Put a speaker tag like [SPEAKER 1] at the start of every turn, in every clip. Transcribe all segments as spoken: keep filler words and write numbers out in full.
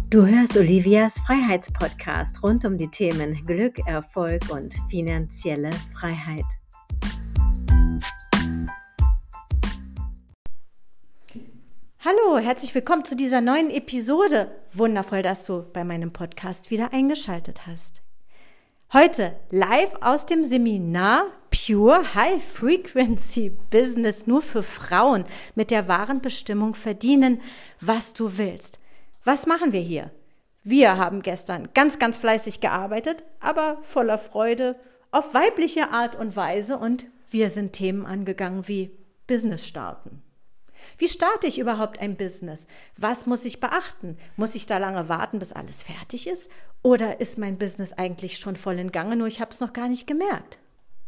[SPEAKER 1] Du hörst Olivias Freiheitspodcast rund um die Themen Glück, Erfolg und finanzielle Freiheit. Hallo, herzlich willkommen zu dieser neuen Episode. Wundervoll, dass du bei meinem Podcast wieder eingeschaltet hast. Heute live aus dem Seminar Pure High Frequency Business nur für Frauen mit der wahren Bestimmung verdienen, was du willst. Was machen wir hier? Wir haben gestern ganz, ganz fleißig gearbeitet, aber voller Freude auf weibliche Art und Weise und wir sind Themen angegangen wie Business starten. Wie starte ich überhaupt ein Business? Was muss ich beachten? Muss ich da lange warten, bis alles fertig ist? Oder ist mein Business eigentlich schon voll in Gange, nur ich habe es noch gar nicht gemerkt?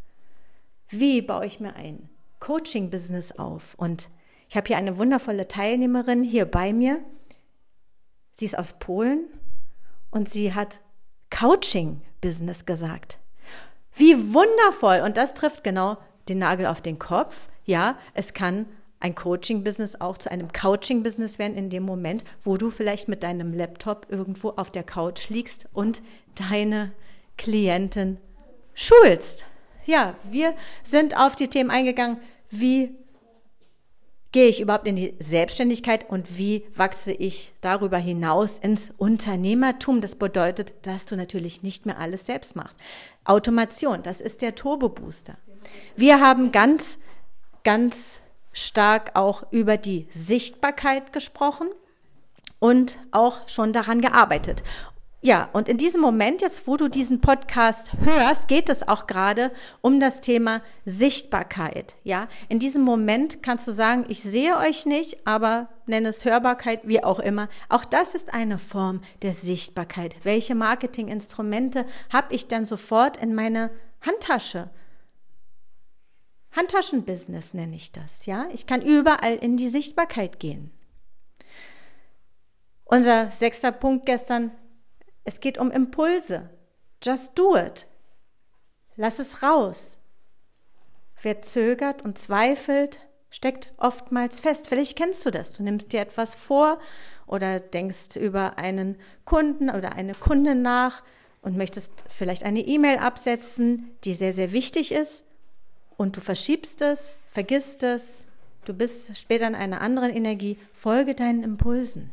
[SPEAKER 1] Wie baue ich mir ein Coaching-Business auf? Und ich habe hier eine wundervolle Teilnehmerin hier bei mir. Sie ist aus Polen und sie hat Couching-Business gesagt. Wie wundervoll! Und das trifft genau den Nagel auf den Kopf. Ja, es kann ein Coaching-Business auch zu einem Couching-Business werden in dem Moment, wo du vielleicht mit deinem Laptop irgendwo auf der Couch liegst und deine Klienten schulst. Ja, wir sind auf die Themen eingegangen, wie gehe ich überhaupt in die Selbstständigkeit und wie wachse ich darüber hinaus ins Unternehmertum? Das bedeutet, dass du natürlich nicht mehr alles selbst machst. Automation, das ist der Turbo-Booster. Wir haben ganz, ganz stark auch über die Sichtbarkeit gesprochen und auch schon daran gearbeitet. Ja, und in diesem Moment, jetzt wo du diesen Podcast hörst, geht es auch gerade um das Thema Sichtbarkeit. Ja, in diesem Moment kannst du sagen, ich sehe euch nicht, aber nenne es Hörbarkeit, wie auch immer. Auch das ist eine Form der Sichtbarkeit. Welche Marketinginstrumente habe ich denn sofort in meiner Handtasche? Handtaschenbusiness nenne ich das. Ja, ich kann überall in die Sichtbarkeit gehen. Unser sechster Punkt gestern. Es geht um Impulse. Just do it. Lass es raus. Wer zögert und zweifelt, steckt oftmals fest. Vielleicht kennst du das. Du nimmst dir etwas vor oder denkst über einen Kunden oder eine Kundin nach und möchtest vielleicht eine E-Mail absetzen, die sehr, sehr wichtig ist und du verschiebst es, vergisst es, du bist später in einer anderen Energie. Folge deinen Impulsen.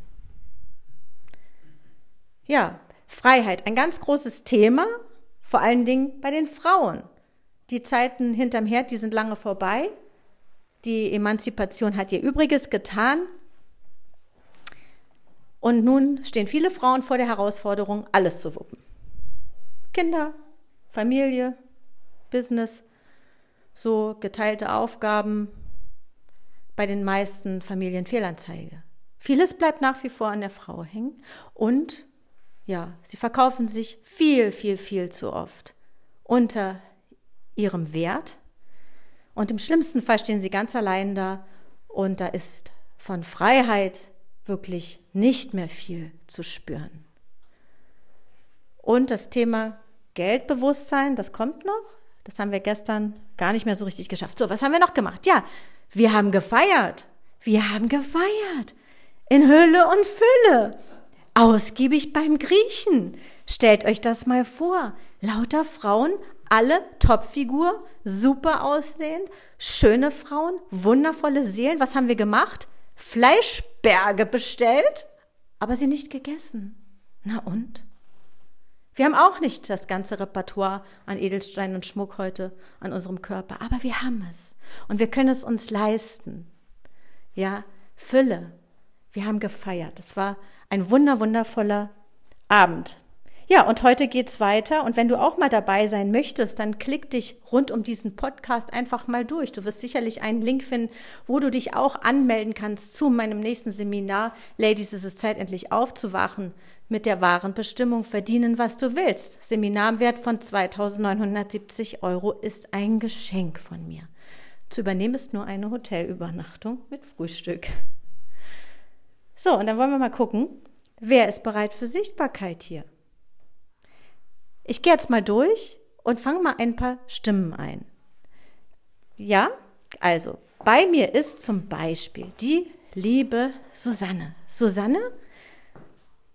[SPEAKER 1] Ja, Freiheit, ein ganz großes Thema, vor allen Dingen bei den Frauen. Die Zeiten hinterm Herd, die sind lange vorbei. Die Emanzipation hat ihr Übriges getan. Und nun stehen viele Frauen vor der Herausforderung, alles zu wuppen. Kinder, Familie, Business, so geteilte Aufgaben, bei den meisten Familien Fehlanzeige. Vieles bleibt nach wie vor an der Frau hängen und ja, sie verkaufen sich viel, viel, viel zu oft unter ihrem Wert und im schlimmsten Fall stehen sie ganz allein da und da ist von Freiheit wirklich nicht mehr viel zu spüren. Und das Thema Geldbewusstsein, das kommt noch, das haben wir gestern gar nicht mehr so richtig geschafft. So, was haben wir noch gemacht? Ja, wir haben gefeiert, wir haben gefeiert in Hülle und Fülle. Ausgiebig beim Griechen. Stellt euch das mal vor. Lauter Frauen, alle Topfigur, super aussehend, schöne Frauen, wundervolle Seelen. Was haben wir gemacht? Fleischberge bestellt, aber sie nicht gegessen. Na und? Wir haben auch nicht das ganze Repertoire an Edelsteinen und Schmuck heute an unserem Körper, aber wir haben es. Und wir können es uns leisten. Ja, Fülle. Wir haben gefeiert. Es war ein wunder, wundervoller Abend. Ja, und heute geht's weiter. Und wenn du auch mal dabei sein möchtest, dann klick dich rund um diesen Podcast einfach mal durch. Du wirst sicherlich einen Link finden, wo du dich auch anmelden kannst zu meinem nächsten Seminar. Ladies, es ist Zeit, endlich aufzuwachen. Mit der wahren Bestimmung verdienen, was du willst. Seminarwert von zweitausendneunhundertsiebzig Euro ist ein Geschenk von mir. Zu übernehmen ist nur eine Hotelübernachtung mit Frühstück. So, und dann wollen wir mal gucken, wer ist bereit für Sichtbarkeit hier? Ich gehe jetzt mal durch und fange mal ein paar Stimmen ein. Ja, also bei mir ist zum Beispiel die liebe Susanne. Susanne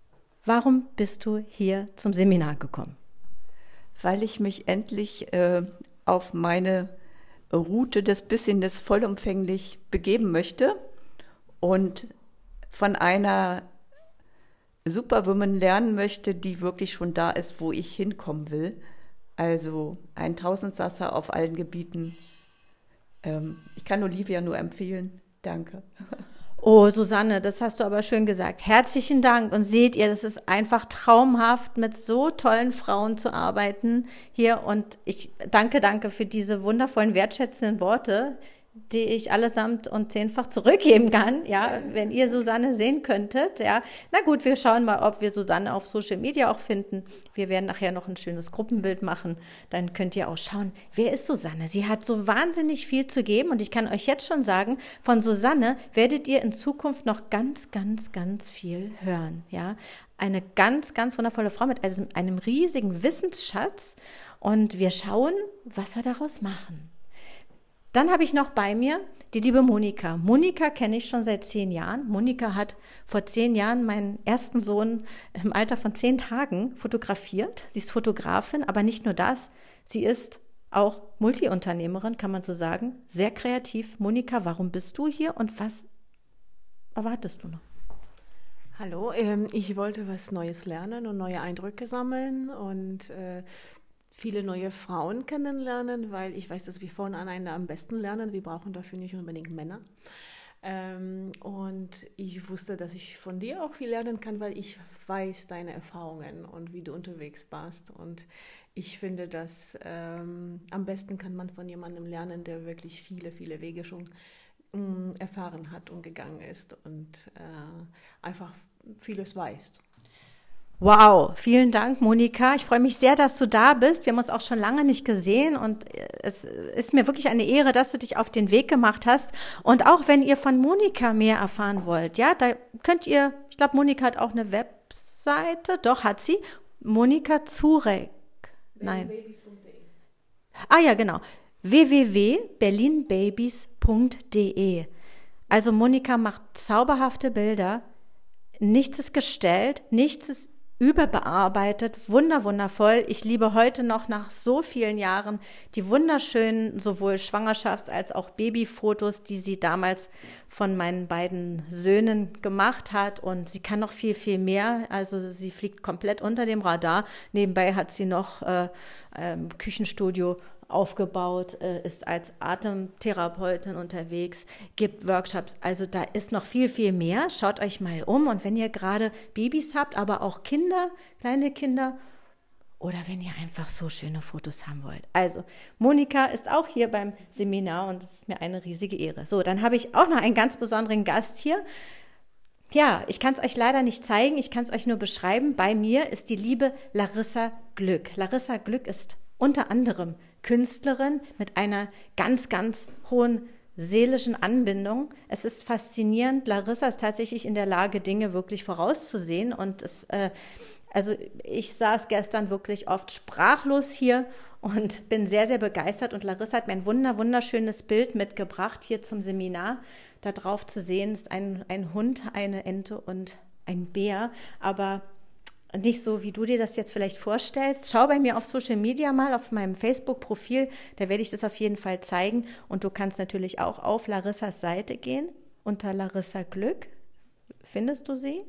[SPEAKER 1] warum bist du hier zum Seminar gekommen?
[SPEAKER 2] Weil ich mich endlich äh, auf meine Route des Business vollumfänglich begeben möchte und von einer Superwoman lernen möchte, die wirklich schon da ist, wo ich hinkommen will. Also ein Tausendsasser auf allen Gebieten. Ähm, ich kann Olivia nur empfehlen. Danke.
[SPEAKER 1] Oh, Susanne, das hast du aber schön gesagt. Herzlichen Dank. Und seht ihr, das ist einfach traumhaft, mit so tollen Frauen zu arbeiten hier. Und ich danke, danke für diese wundervollen, wertschätzenden Worte, die ich allesamt und zehnfach zurückgeben kann, ja, wenn ihr Susanne sehen könntet, ja. Na gut, wir schauen mal, ob wir Susanne auf Social Media auch finden. Wir werden nachher noch ein schönes Gruppenbild machen. Dann könnt ihr auch schauen, wer ist Susanne? Sie hat so wahnsinnig viel zu geben und ich kann euch jetzt schon sagen, von Susanne werdet ihr in Zukunft noch ganz, ganz, ganz viel hören, ja. Eine ganz, ganz wundervolle Frau mit einem riesigen Wissensschatz und wir schauen, was wir daraus machen. Dann habe ich noch bei mir die liebe Monika. Monika kenne ich schon seit zehn Jahren. Monika hat vor zehn Jahren meinen ersten Sohn im Alter von zehn Tagen fotografiert. Sie ist Fotografin, aber nicht nur das. Sie ist auch Multiunternehmerin, kann man so sagen. Sehr kreativ. Monika, warum bist du hier und was erwartest du noch?
[SPEAKER 3] Hallo, ähm, ich wollte was Neues lernen und neue Eindrücke sammeln und äh, viele neue Frauen kennenlernen, weil ich weiß, dass wir voneinander am besten lernen. Wir brauchen dafür nicht unbedingt Männer. Ähm, und ich wusste, dass ich von dir auch viel lernen kann, weil ich weiß deine Erfahrungen und wie du unterwegs warst. Und ich finde, dass ähm, am besten kann man von jemandem lernen, der wirklich viele, viele Wege schon ähm, erfahren hat und gegangen ist und äh, einfach vieles weiß.
[SPEAKER 1] Wow, vielen Dank, Monika. Ich freue mich sehr, dass du da bist. Wir haben uns auch schon lange nicht gesehen und es ist mir wirklich eine Ehre, dass du dich auf den Weg gemacht hast. Und auch wenn ihr von Monika mehr erfahren wollt, ja, da könnt ihr, ich glaube, Monika hat auch eine Webseite, doch hat sie, Monika Zurek. Nein. Ah ja, genau. w w w punkt berlin babys punkt d e. Also Monika macht zauberhafte Bilder. Nichts ist gestellt, nichts ist überbearbeitet, wunder, wundervoll. Ich liebe heute noch nach so vielen Jahren die wunderschönen sowohl Schwangerschafts- als auch Babyfotos, die sie damals von meinen beiden Söhnen gemacht hat. Und sie kann noch viel, viel mehr. Also sie fliegt komplett unter dem Radar. Nebenbei hat sie noch äh, ähm, Küchenstudio aufgebaut, äh, ist als Atemtherapeutin unterwegs, gibt Workshops. Also da ist noch viel, viel mehr. Schaut euch mal um. Und wenn ihr gerade Babys habt, aber auch Kinder, kleine Kinder, oder wenn ihr einfach so schöne Fotos haben wollt. Also Monika ist auch hier beim Seminar und es ist mir eine riesige Ehre. So, dann habe ich auch noch einen ganz besonderen Gast hier. Ja, ich kann es euch leider nicht zeigen, ich kann es euch nur beschreiben. Bei mir ist die liebe Larissa Glück. Larissa Glück ist unter anderem Künstlerin mit einer ganz, ganz hohen seelischen Anbindung. Es ist faszinierend. Larissa ist tatsächlich in der Lage, Dinge wirklich vorauszusehen. Und es, äh, also ich saß gestern wirklich oft sprachlos hier und bin sehr, sehr begeistert. Und Larissa hat mir ein wunder, wunderschönes Bild mitgebracht hier zum Seminar. Da drauf zu sehen ist ein, ein Hund, eine Ente und ein Bär. Aber nicht so, wie du dir das jetzt vielleicht vorstellst. Schau bei mir auf Social Media mal, auf meinem Facebook-Profil, da werde ich das auf jeden Fall zeigen. Und du kannst natürlich auch auf Larissas Seite gehen, unter Larissa Glück, findest du sie.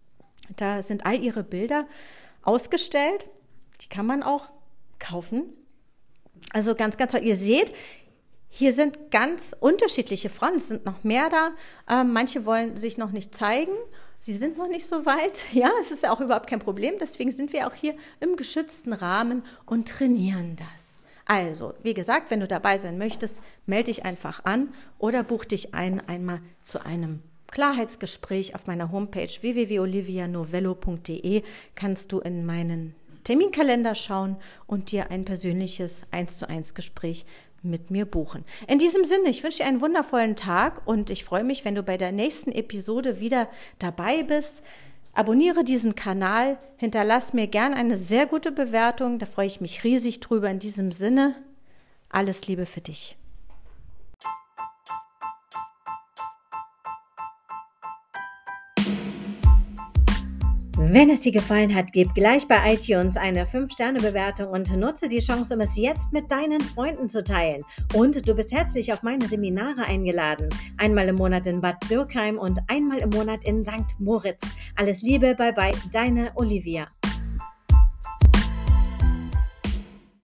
[SPEAKER 1] Da sind all ihre Bilder ausgestellt, die kann man auch kaufen. Also ganz, ganz toll. Ihr seht, hier sind ganz unterschiedliche Frauen, es sind noch mehr da. Ähm, manche wollen sich noch nicht zeigen. Sie sind noch nicht so weit. Ja, es ist auch überhaupt kein Problem. Deswegen sind wir auch hier im geschützten Rahmen und trainieren das. Also, wie gesagt, wenn du dabei sein möchtest, melde dich einfach an oder buch dich ein einmal zu einem Klarheitsgespräch auf meiner Homepage w w w punkt olivia novello punkt d e. Kannst du in meinen Terminkalender schauen und dir ein persönliches eins zu eins Gespräch mit mir buchen. In diesem Sinne, ich wünsche dir einen wundervollen Tag und ich freue mich, wenn du bei der nächsten Episode wieder dabei bist. Abonniere diesen Kanal, hinterlass mir gern eine sehr gute Bewertung, da freue ich mich riesig drüber. In diesem Sinne, alles Liebe für dich. Wenn es dir gefallen hat, gib gleich bei iTunes eine fünf Sterne Bewertung und nutze die Chance, um es jetzt mit deinen Freunden zu teilen. Und du bist herzlich auf meine Seminare eingeladen. Einmal im Monat in Bad Dürkheim und einmal im Monat in Sankt Moritz. Alles Liebe, bye bye, deine Olivia.